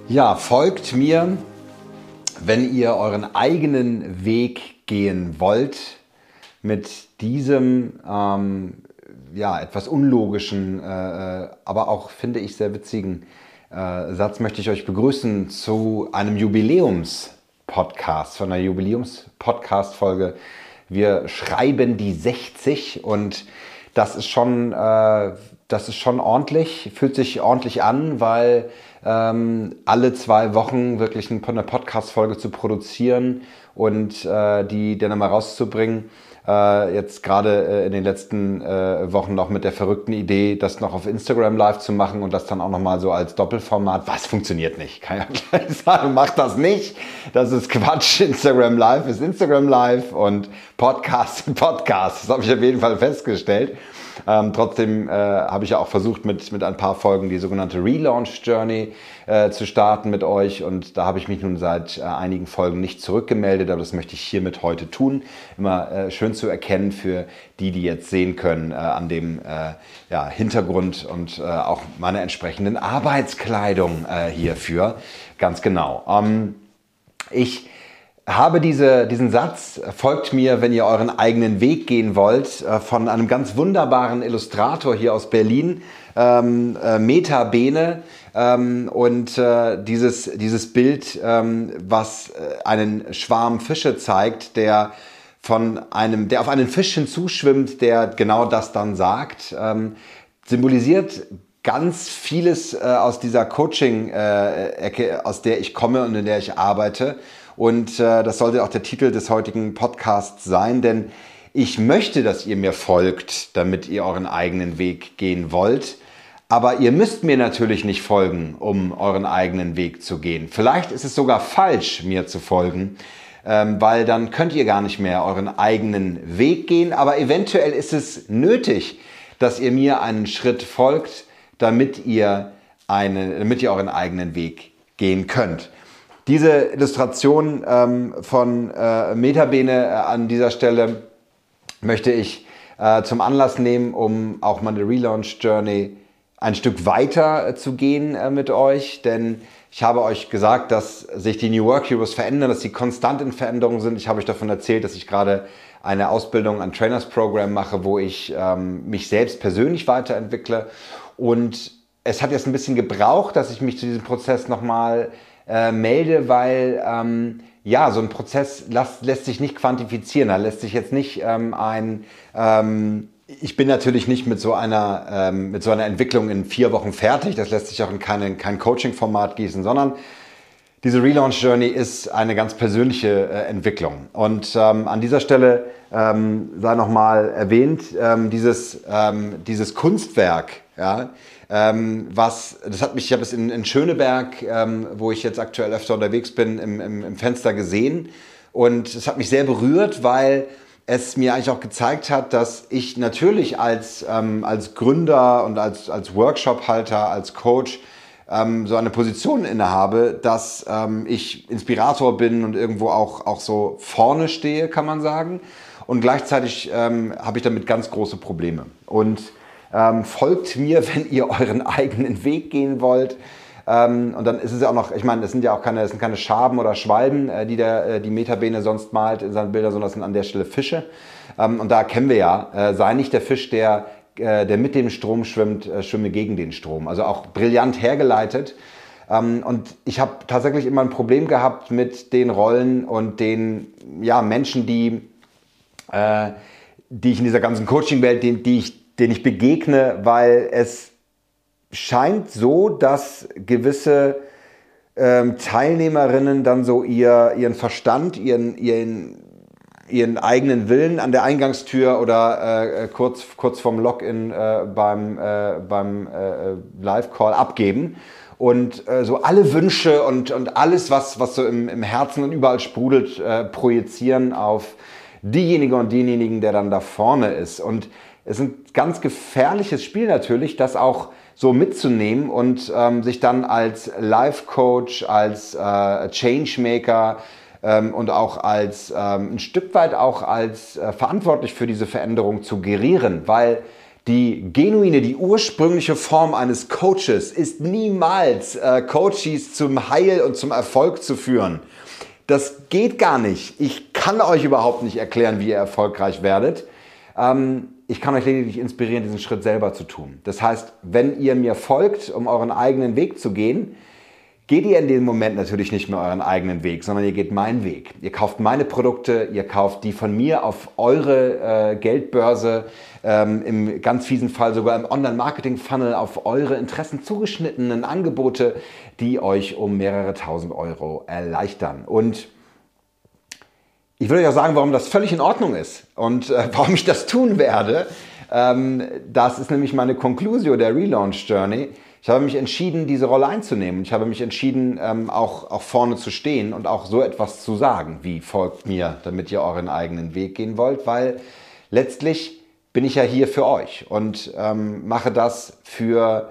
Ja, folgt mir, wenn ihr euren eigenen Weg gehen wollt. Mit diesem etwas unlogischen, aber auch, finde ich, sehr witzigen Satz möchte ich euch begrüßen zu einem Jubiläums-Podcast, von einer Jubiläums-Podcast-Folge. Wir schreiben die 60 und das ist schon ordentlich, fühlt sich ordentlich an, weil alle 2 Wochen wirklich eine Podcast-Folge zu produzieren und die dann einmal rauszubringen. Jetzt gerade in den letzten Wochen noch mit der verrückten Idee, das noch auf Instagram Live zu machen und das dann auch nochmal so als Doppelformat. Was funktioniert nicht? Kann ja gleich sagen, macht das nicht. Das ist Quatsch. Instagram Live ist Instagram Live und Podcast sind Podcast. Das habe ich auf jeden Fall festgestellt. Trotzdem habe ich ja auch versucht, mit ein paar Folgen die sogenannte Relaunch Journey zu starten mit euch. Und da habe ich mich nun seit einigen Folgen nicht zurückgemeldet, aber das möchte ich hiermit heute tun. Immer schön zu erkennen für die jetzt sehen können an dem Hintergrund und auch meiner entsprechenden Arbeitskleidung hierfür. Ganz genau. Ich habe diesen Satz, folgt mir, wenn ihr euren eigenen Weg gehen wollt, von einem ganz wunderbaren Illustrator hier aus Berlin, Meta Bene. Dieses Bild, was einen Schwarm Fische zeigt, der auf einen Fisch hinzuschwimmt, der genau das dann sagt, symbolisiert ganz vieles aus dieser Coaching-Ecke, aus der ich komme und in der ich arbeite. Und das sollte auch der Titel des heutigen Podcasts sein, denn ich möchte, dass ihr mir folgt, damit ihr euren eigenen Weg gehen wollt. Aber ihr müsst mir natürlich nicht folgen, um euren eigenen Weg zu gehen. Vielleicht ist es sogar falsch, mir zu folgen, weil dann könnt ihr gar nicht mehr euren eigenen Weg gehen. Aber eventuell ist es nötig, dass ihr mir einen Schritt folgt, damit ihr euren eigenen Weg gehen könnt. Diese Illustration von Meta Bene an dieser Stelle möchte ich zum Anlass nehmen, um auch meine Relaunch Journey ein Stück weiter zu gehen mit euch. Denn ich habe euch gesagt, dass sich die New Work Heroes verändern, dass sie konstant in Veränderung sind. Ich habe euch davon erzählt, dass ich gerade eine Ausbildung, ein Trainers Program mache, wo ich mich selbst persönlich weiterentwickle. Und es hat jetzt ein bisschen gebraucht, dass ich mich zu diesem Prozess nochmal melde, weil so ein Prozess lässt sich nicht quantifizieren. Da lässt sich jetzt nicht ich bin natürlich nicht mit so einer Entwicklung in 4 Wochen fertig. Das lässt sich auch in kein Coaching-Format gießen, sondern diese Relaunch Journey ist eine ganz persönliche Entwicklung. Und an dieser Stelle sei nochmal erwähnt, dieses Kunstwerk, ja, ich habe es in Schöneberg, wo ich jetzt aktuell öfter unterwegs bin, im Fenster gesehen. Und es hat mich sehr berührt, weil es mir eigentlich auch gezeigt hat, dass ich natürlich als Gründer und als Workshop-Halter, als Coach so eine Position innehabe, dass ich Inspirator bin und irgendwo auch so vorne stehe, kann man sagen. Und gleichzeitig habe ich damit ganz große Probleme. Und folgt mir, wenn ihr euren eigenen Weg gehen wollt. Und dann ist es ja auch noch, ich meine, das sind keine Schaben oder Schwalben, die Meta Bene sonst malt in seinen Bildern, sondern das sind an der Stelle Fische. Und da kennen wir ja, sei nicht der Fisch, der mit dem Strom schwimmt, schwimme gegen den Strom. Also auch brillant hergeleitet. Und ich habe tatsächlich immer ein Problem gehabt mit den Rollen und den Menschen, die ich in dieser ganzen Coaching-Welt, denen ich begegne, weil es scheint so, dass gewisse Teilnehmerinnen dann so ihren Verstand, ihren eigenen Willen an der Eingangstür oder kurz vorm Login beim Live-Call abgeben und so alle Wünsche und alles, was so im Herzen und überall sprudelt, projizieren auf diejenige und denjenigen, der dann da vorne ist. Und es ist ein ganz gefährliches Spiel natürlich, das auch so mitzunehmen und sich dann als Life-Coach, als Changemaker und auch als ein Stück weit auch als verantwortlich für diese Veränderung zu gerieren, weil Die genuine, die ursprüngliche Form eines Coaches ist niemals, Coaches zum Heil und zum Erfolg zu führen. Das geht gar nicht. Ich kann euch überhaupt nicht erklären, wie ihr erfolgreich werdet. Ich kann euch lediglich inspirieren, diesen Schritt selber zu tun. Das heißt, wenn ihr mir folgt, um euren eigenen Weg zu gehen, geht ihr in dem Moment natürlich nicht mehr euren eigenen Weg, sondern ihr geht meinen Weg. Ihr kauft meine Produkte, ihr kauft die von mir auf eure Geldbörse, im ganz fiesen Fall sogar im Online-Marketing-Funnel auf eure Interessen zugeschnittenen Angebote, die euch um mehrere tausend Euro erleichtern. Und ich will euch auch sagen, warum das völlig in Ordnung ist und warum ich das tun werde. Das ist nämlich meine Conclusio der Relaunch Journey. Ich habe mich entschieden, diese Rolle einzunehmen. Ich habe mich entschieden, auch vorne zu stehen und auch so etwas zu sagen, wie folgt mir, damit ihr euren eigenen Weg gehen wollt, weil letztlich bin ich ja hier für euch und mache das für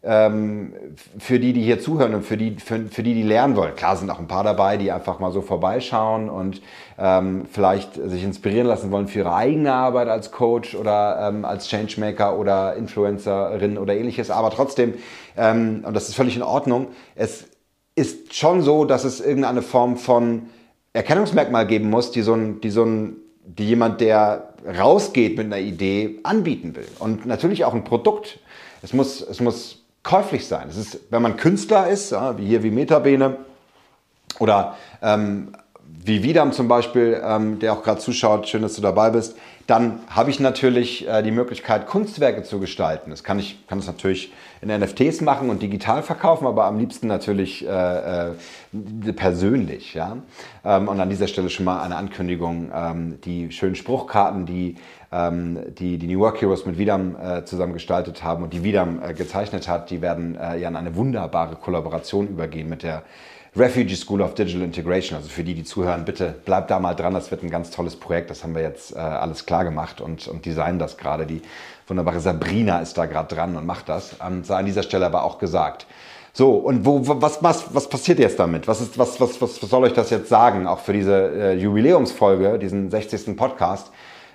die hier zuhören und für die lernen wollen. Klar sind auch ein paar dabei, die einfach mal so vorbeischauen und vielleicht sich inspirieren lassen wollen für ihre eigene Arbeit als Coach oder als Changemaker oder Influencerin oder ähnliches. Aber trotzdem, und das ist völlig in Ordnung, es ist schon so, dass es irgendeine Form von Erkennungsmerkmal geben muss, die jemand, der rausgeht mit einer Idee, anbieten will. Und natürlich auch ein Produkt. Es muss käuflich sein. Es ist, wenn man Künstler ist, ja, wie Metabene oder wie Vidam zum Beispiel, der auch gerade zuschaut, schön, dass du dabei bist, dann habe ich natürlich die Möglichkeit, Kunstwerke zu gestalten. Das kann es natürlich in NFTs machen und digital verkaufen, aber am liebsten natürlich persönlich. Ja? Und an dieser Stelle schon mal eine Ankündigung, die schönen Spruchkarten, die New Work Heroes mit Vidam zusammen gestaltet haben und die Vidam gezeichnet hat, die werden ja in eine wunderbare Kollaboration übergehen mit der Refugee School of Digital Integration. Also für die zuhören, bitte bleibt da mal dran. Das wird ein ganz tolles Projekt. Das haben wir jetzt alles klar gemacht und designen das gerade. Die wunderbare Sabrina ist da gerade dran und macht das. Sei an dieser Stelle aber auch gesagt. So, und was passiert jetzt damit? Was soll euch das jetzt sagen? Auch für diese Jubiläumsfolge, diesen 60. Podcast.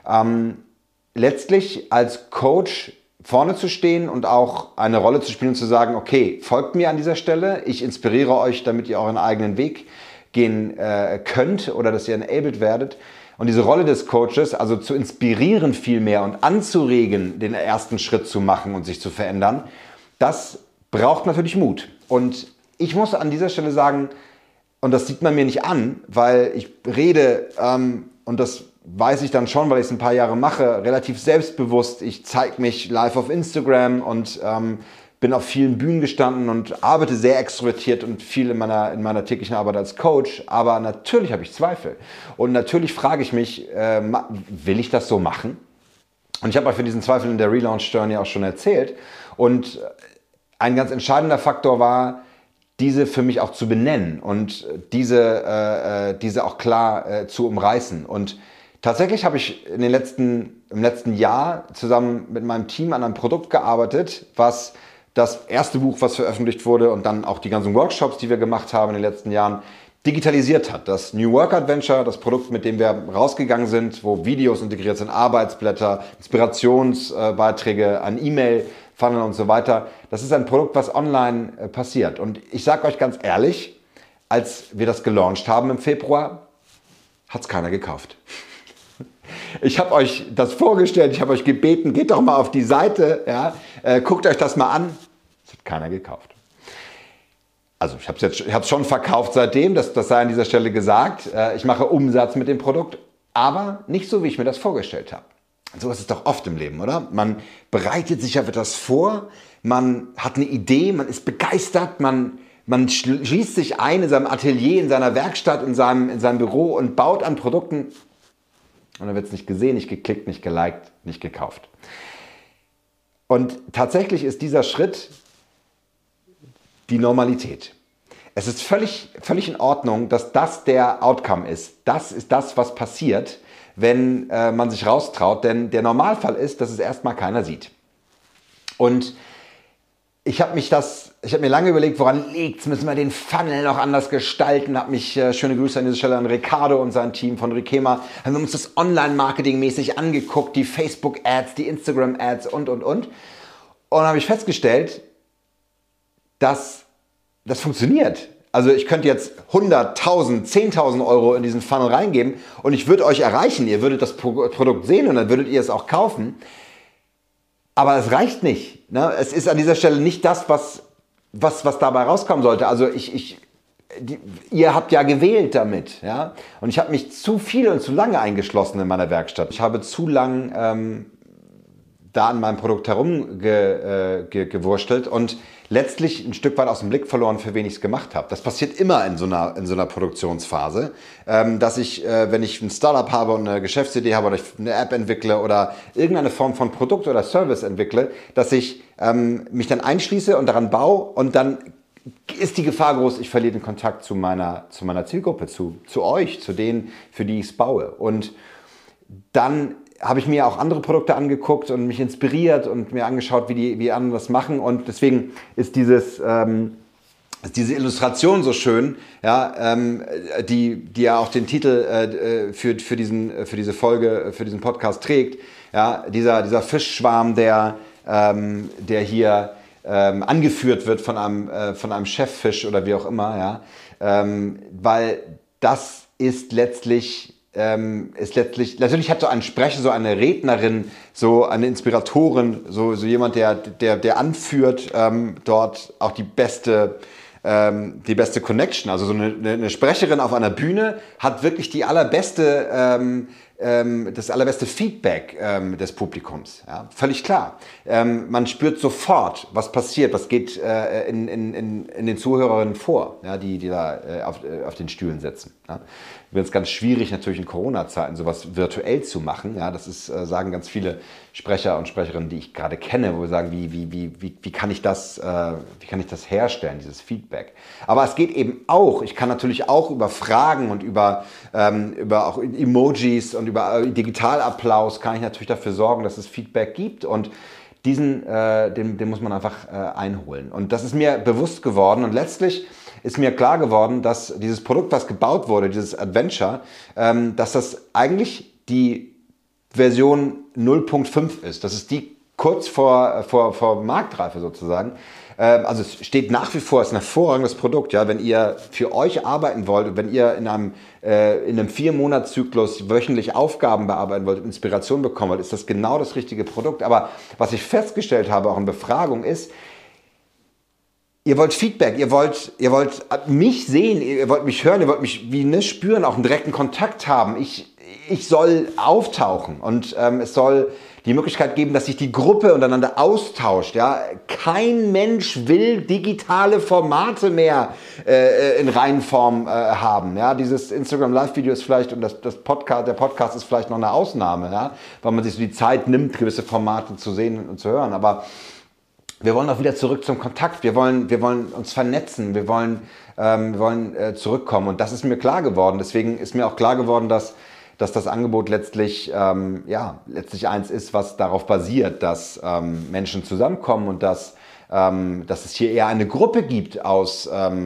Letztlich als Coach vorne zu stehen und auch eine Rolle zu spielen und zu sagen, okay, folgt mir an dieser Stelle, ich inspiriere euch, damit ihr euren eigenen Weg gehen könnt oder dass ihr enabled werdet. Und diese Rolle des Coaches, also zu inspirieren vielmehr und anzuregen, den ersten Schritt zu machen und sich zu verändern, das braucht natürlich Mut. Und ich muss an dieser Stelle sagen, und das sieht man mir nicht an, weil ich rede, und das weiß ich dann schon, weil ich es ein paar Jahre mache, relativ selbstbewusst. Ich zeige mich live auf Instagram und bin auf vielen Bühnen gestanden und arbeite sehr extrovertiert und viel in meiner täglichen Arbeit als Coach. Aber natürlich habe ich Zweifel. Und natürlich frage ich mich, will ich das so machen? Und ich habe euch für diesen Zweifel in der Relaunch Journey auch schon erzählt. Und ein ganz entscheidender Faktor war, diese für mich auch zu benennen und diese auch klar zu umreißen. Und tatsächlich habe ich im letzten Jahr zusammen mit meinem Team an einem Produkt gearbeitet, was das erste Buch, was veröffentlicht wurde und dann auch die ganzen Workshops, die wir gemacht haben in den letzten Jahren, digitalisiert hat. Das New Work Adventure, das Produkt, mit dem wir rausgegangen sind, wo Videos integriert sind, Arbeitsblätter, Inspirationsbeiträge, ein E-Mail-Funnel und so weiter. Das ist ein Produkt, was online passiert. Und ich sage euch ganz ehrlich, als wir das gelauncht haben im Februar, hat es keiner gekauft. Ich habe euch das vorgestellt, ich habe euch gebeten, geht doch mal auf die Seite, ja, guckt euch das mal an. Das hat keiner gekauft. Also ich habe es schon verkauft seitdem, das sei an dieser Stelle gesagt. Ich mache Umsatz mit dem Produkt, aber nicht so, wie ich mir das vorgestellt habe. So ist es doch oft im Leben, oder? Man bereitet sich auf etwas vor, man hat eine Idee, man ist begeistert, man schließt sich ein in seinem Atelier, in seiner Werkstatt, in seinem Büro und baut an Produkten. Und dann wird es nicht gesehen, nicht geklickt, nicht geliked, nicht gekauft. Und tatsächlich ist dieser Schritt die Normalität. Es ist völlig in Ordnung, dass das der Outcome ist. Das ist das, was passiert, wenn man sich raustraut. Denn der Normalfall ist, dass es erstmal keiner sieht. Und ich habe mir lange überlegt, woran liegt's? Müssen wir den Funnel noch anders gestalten? Habe mich, schöne Grüße an dieser Stelle an Ricardo und sein Team von Rikema, haben wir uns das Online-Marketing mäßig angeguckt, die Facebook-Ads, die Instagram-Ads und. Und habe ich festgestellt, dass das funktioniert. Also ich könnte jetzt 100.000, 10.000 Euro in diesen Funnel reingeben und ich würde euch erreichen. Ihr würdet das Produkt sehen und dann würdet ihr es auch kaufen. Aber es reicht nicht. Ne? Es ist an dieser Stelle nicht das, was dabei rauskommen sollte. Also ihr habt ja gewählt damit. Ja? Und ich habe mich zu viel und zu lange eingeschlossen in meiner Werkstatt. Ich habe zu lang da an meinem Produkt herumgewurstelt und letztlich ein Stück weit aus dem Blick verloren, für wen ich es gemacht habe. Das passiert immer in so einer Produktionsphase, dass ich, wenn ich ein Startup habe und eine Geschäftsidee habe oder ich eine App entwickle oder irgendeine Form von Produkt oder Service entwickle, dass ich mich dann einschließe und daran baue und dann ist die Gefahr groß, ich verliere den Kontakt zu meiner Zielgruppe, zu euch, zu denen, für die ich es baue. Und dann habe ich mir auch andere Produkte angeguckt und mich inspiriert und mir angeschaut, wie andere das machen. Und deswegen ist diese Illustration so schön, ja, die ja auch den Titel für diese Folge, für diesen Podcast trägt. Ja, dieser Fischschwarm, der hier angeführt wird von einem Cheffisch oder wie auch immer, ja, weil das ist letztlich, natürlich hat so ein Sprecher, so eine Rednerin, so eine Inspiratorin, so jemand, der anführt, dort auch die beste Connection. Also so eine Sprecherin auf einer Bühne hat wirklich das allerbeste Feedback des Publikums. Ja? Völlig klar. Man spürt sofort, was passiert, was geht in den Zuhörerinnen vor, ja, die da auf den Stühlen sitzen. Ja? Übrigens ganz schwierig natürlich in Corona-Zeiten sowas virtuell zu machen. Ja? Das ist, sagen ganz viele Sprecher und Sprecherinnen, die ich gerade kenne, wo wir sagen, wie kann ich das herstellen, dieses Feedback. Aber es geht eben auch, ich kann natürlich auch über Fragen und über auch Emojis und über Digitalapplaus kann ich natürlich dafür sorgen, dass es Feedback gibt und den muss man einfach einholen. Und das ist mir bewusst geworden und letztlich ist mir klar geworden, dass dieses Produkt, was gebaut wurde, dieses Adventure, dass das eigentlich die Version 0.5 ist. Das ist die kurz vor Marktreife sozusagen. Also es steht nach wie vor, es ist ein hervorragendes Produkt. Ja? Wenn ihr für euch arbeiten wollt, wenn ihr in einem 4-Monats-Zyklus wöchentlich Aufgaben bearbeiten wollt, Inspiration bekommen wollt, ist das genau das richtige Produkt. Aber was ich festgestellt habe, auch in Befragung, ist, ihr wollt Feedback, ihr wollt mich sehen, ihr wollt mich hören, ihr wollt mich spüren, auch einen direkten Kontakt haben. Ich soll auftauchen und es soll die Möglichkeit geben, dass sich die Gruppe untereinander austauscht. Ja? Kein Mensch will digitale Formate mehr in Reihenform haben. Ja? Dieses Instagram Live-Video ist vielleicht, und der Podcast ist vielleicht noch eine Ausnahme, ja? Weil man sich so die Zeit nimmt, gewisse Formate zu sehen und zu hören. Aber wir wollen auch wieder zurück zum Kontakt. Wir wollen uns vernetzen. Wir wollen zurückkommen. Und das ist mir klar geworden. Deswegen ist mir auch klar geworden, dass das Angebot letztlich eins ist, was darauf basiert, dass Menschen zusammenkommen und dass es hier eher eine Gruppe gibt aus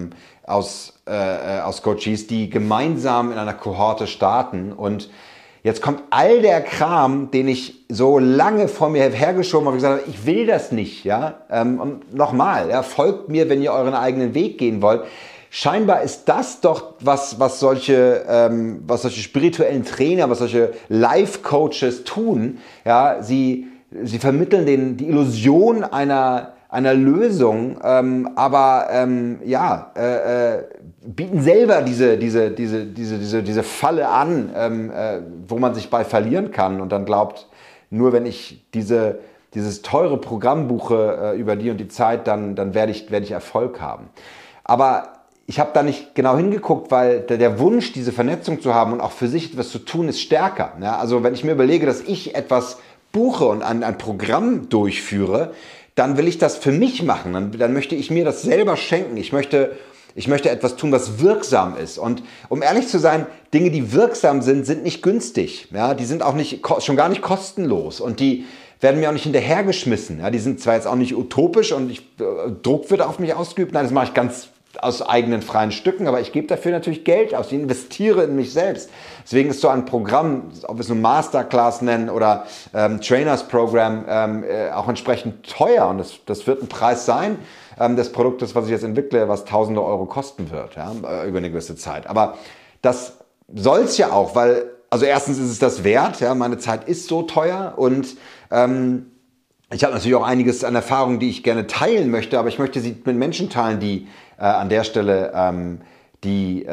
Coaches, die gemeinsam in einer Kohorte starten. Und jetzt kommt all der Kram, den ich so lange vor mir hergeschoben habe, gesagt habe, ich will das nicht. Ja? Und nochmal, ja, folgt mir, wenn ihr euren eigenen Weg gehen wollt. Scheinbar ist das doch, was solche spirituellen Trainer, was solche Life-Coaches tun. Ja, sie vermitteln die Illusion einer Lösung, bieten selber diese Falle an, wo man sich bei verlieren kann und dann glaubt, nur wenn ich dieses teure Programm buche über die und die Zeit, dann werde ich Erfolg haben. Aber ich habe da nicht genau hingeguckt, weil der Wunsch, diese Vernetzung zu haben und auch für sich etwas zu tun, ist stärker. Ja, also wenn ich mir überlege, dass ich etwas buche und ein Programm durchführe, dann will ich das für mich machen. Dann möchte ich mir das selber schenken. Ich möchte etwas tun, was wirksam ist. Und um ehrlich zu sein, Dinge, die wirksam sind nicht günstig. Ja, die sind auch schon gar nicht kostenlos. Und die werden mir auch nicht hinterhergeschmissen. Ja, die sind zwar jetzt auch nicht utopisch und Druck wird auf mich ausgeübt. Nein, das mache ich ganz aus eigenen freien Stücken, aber ich gebe dafür natürlich Geld aus. Ich investiere in mich selbst. Deswegen ist so ein Programm, ob wir es nur Masterclass nennen oder Trainers Program, auch entsprechend teuer. Und das wird ein Preis sein des Produktes, was ich jetzt entwickle, was tausende Euro kosten wird, ja, über eine gewisse Zeit. Aber das soll es ja auch, weil, also erstens ist es das wert, ja, meine Zeit ist so teuer und ich habe natürlich auch einiges an Erfahrungen, die ich gerne teilen möchte, aber ich möchte sie mit Menschen teilen, die an der Stelle, die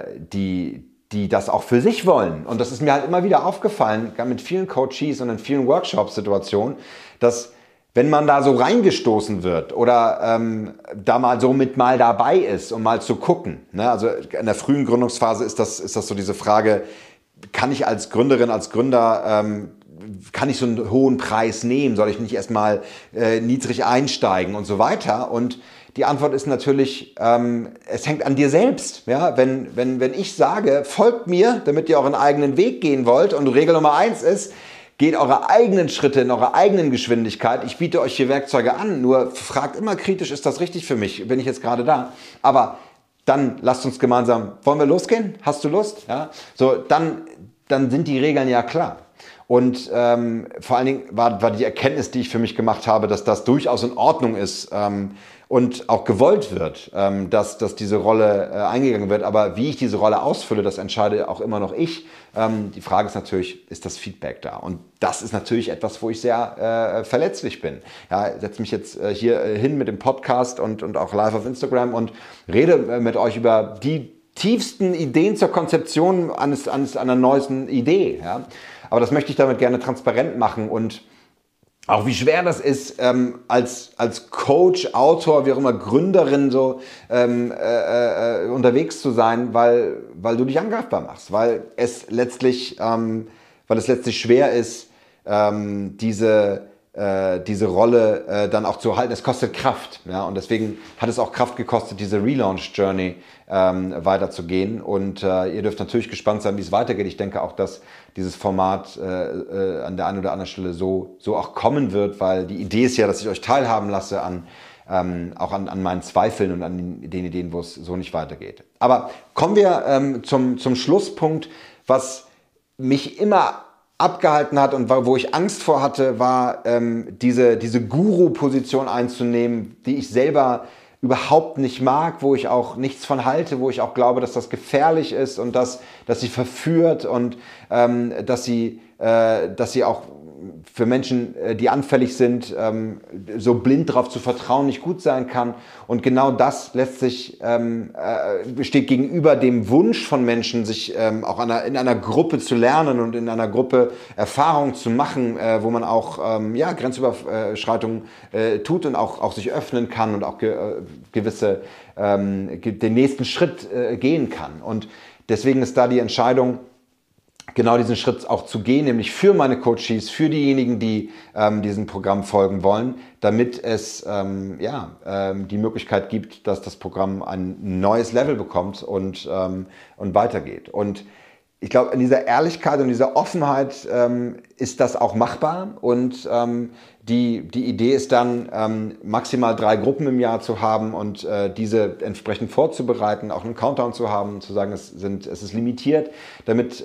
das auch für sich wollen. Und das ist mir halt immer wieder aufgefallen, mit vielen Coaches und in vielen Workshop-Situationen, dass wenn man da so reingestoßen wird oder da mal so mit mal dabei ist, um mal zu gucken, ne? Also in der frühen Gründungsphase ist das so diese Frage, kann ich als Gründerin, als Gründer, kann ich so einen hohen Preis nehmen? Soll ich nicht erstmal niedrig einsteigen und so weiter? Und die Antwort ist natürlich, es hängt an dir selbst. Ja? Wenn ich sage, folgt mir, damit ihr euren eigenen Weg gehen wollt und Regel Nummer 1 ist, geht eure eigenen Schritte in eurer eigenen Geschwindigkeit. Ich biete euch hier Werkzeuge an, nur fragt immer kritisch, ist das richtig für mich? Bin ich jetzt gerade da? Aber dann lasst uns gemeinsam, wollen wir losgehen? Hast du Lust? Ja? So, dann sind die Regeln ja klar. Und vor allen Dingen war die Erkenntnis, die ich für mich gemacht habe, dass das durchaus in Ordnung ist und auch gewollt wird, dass diese Rolle eingegangen wird. Aber wie ich diese Rolle ausfülle, das entscheide auch immer noch ich. Die Frage ist natürlich, ist das Feedback da? Und das ist natürlich etwas, wo ich sehr verletzlich bin. Ja, ich setze mich jetzt hier hin mit dem Podcast und auch live auf Instagram und rede mit euch über die tiefsten Ideen zur Konzeption einer neuesten Idee. Ja? Aber das möchte ich damit gerne transparent machen und auch wie schwer das ist, als Coach, Autor, wie auch immer, Gründerin so unterwegs zu sein, weil du dich angreifbar machst, weil es letztlich schwer ist, diese Rolle dann auch zu halten. Es kostet Kraft, ja, und deswegen hat es auch Kraft gekostet, diese Relaunch-Journey weiterzugehen. Und ihr dürft natürlich gespannt sein, wie es weitergeht. Ich denke auch, dass dieses Format an der einen oder anderen Stelle so auch kommen wird, weil die Idee ist ja, dass ich euch teilhaben lasse auch an meinen Zweifeln und an den Ideen, wo es so nicht weitergeht. Aber kommen wir zum Schlusspunkt, was mich immer abgehalten hat und wo ich Angst vor hatte, war diese Guru-Position einzunehmen, die ich selber überhaupt nicht mag, wo ich auch nichts von halte, wo ich auch glaube, dass das gefährlich ist und dass sie verführt und dass sie auch für Menschen, die anfällig sind, so blind darauf zu vertrauen, nicht gut sein kann. Und genau das steht gegenüber dem Wunsch von Menschen, sich auch in einer Gruppe zu lernen und in einer Gruppe Erfahrungen zu machen, wo man auch Grenzüberschreitungen tut und auch sich öffnen kann und auch den nächsten Schritt gehen kann. Und deswegen ist da die Entscheidung, genau diesen Schritt auch zu gehen, nämlich für meine Coaches, für diejenigen, die diesem Programm folgen wollen, damit es die Möglichkeit gibt, dass das Programm ein neues Level bekommt und weitergeht. Und ich glaube, in dieser Ehrlichkeit und dieser Offenheit ist das auch machbar und die Idee ist dann, maximal 3 Gruppen im Jahr zu haben und diese entsprechend vorzubereiten, auch einen Countdown zu haben, zu sagen, es ist limitiert, damit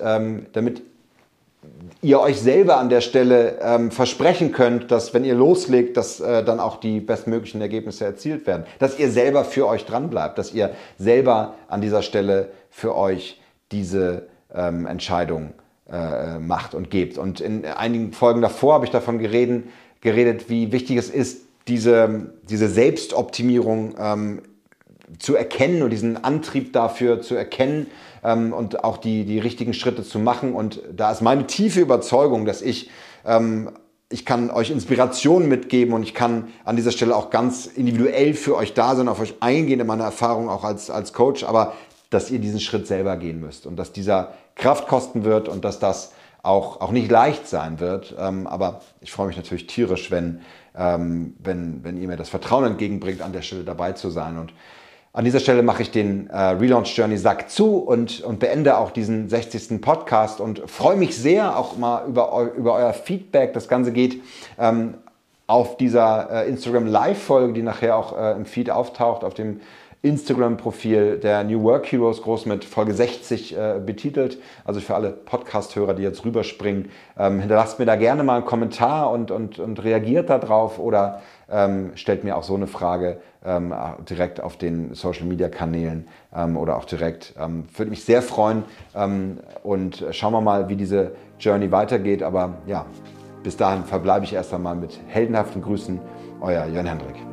ihr euch selber an der Stelle versprechen könnt, dass wenn ihr loslegt, dass dann auch die bestmöglichen Ergebnisse erzielt werden. Dass ihr selber für euch dran bleibt, dass ihr selber an dieser Stelle für euch diese Entscheidung macht und gebt. Und in einigen Folgen davor habe ich davon geredet, wie wichtig es ist, diese Selbstoptimierung zu erkennen und diesen Antrieb dafür zu erkennen und auch die richtigen Schritte zu machen. Und da ist meine tiefe Überzeugung, dass ich kann euch Inspirationen mitgeben und ich kann an dieser Stelle auch ganz individuell für euch da sein, auf euch eingehen in meiner Erfahrung auch als Coach, aber dass ihr diesen Schritt selber gehen müsst und dass dieser Kraft kosten wird und dass das auch nicht leicht sein wird. Aber ich freue mich natürlich tierisch, wenn ihr mir das Vertrauen entgegenbringt, an der Stelle dabei zu sein. Und An dieser Stelle mache ich den Relaunch Journey Sack zu und beende auch diesen 60. Podcast und freue mich sehr auch mal über euer Feedback. Das Ganze geht auf dieser Instagram Live-Folge, die nachher auch im Feed auftaucht, auf dem Instagram-Profil der New Work Heroes, groß mit Folge 60 betitelt. Also für alle Podcast-Hörer, die jetzt rüberspringen, hinterlasst mir da gerne mal einen Kommentar und reagiert darauf oder stellt mir auch so eine Frage direkt auf den Social-Media-Kanälen oder auch direkt. Würde mich sehr freuen und schauen wir mal, wie diese Journey weitergeht. Aber ja, bis dahin verbleibe ich erst einmal mit heldenhaften Grüßen. Euer Jörn Hendrik.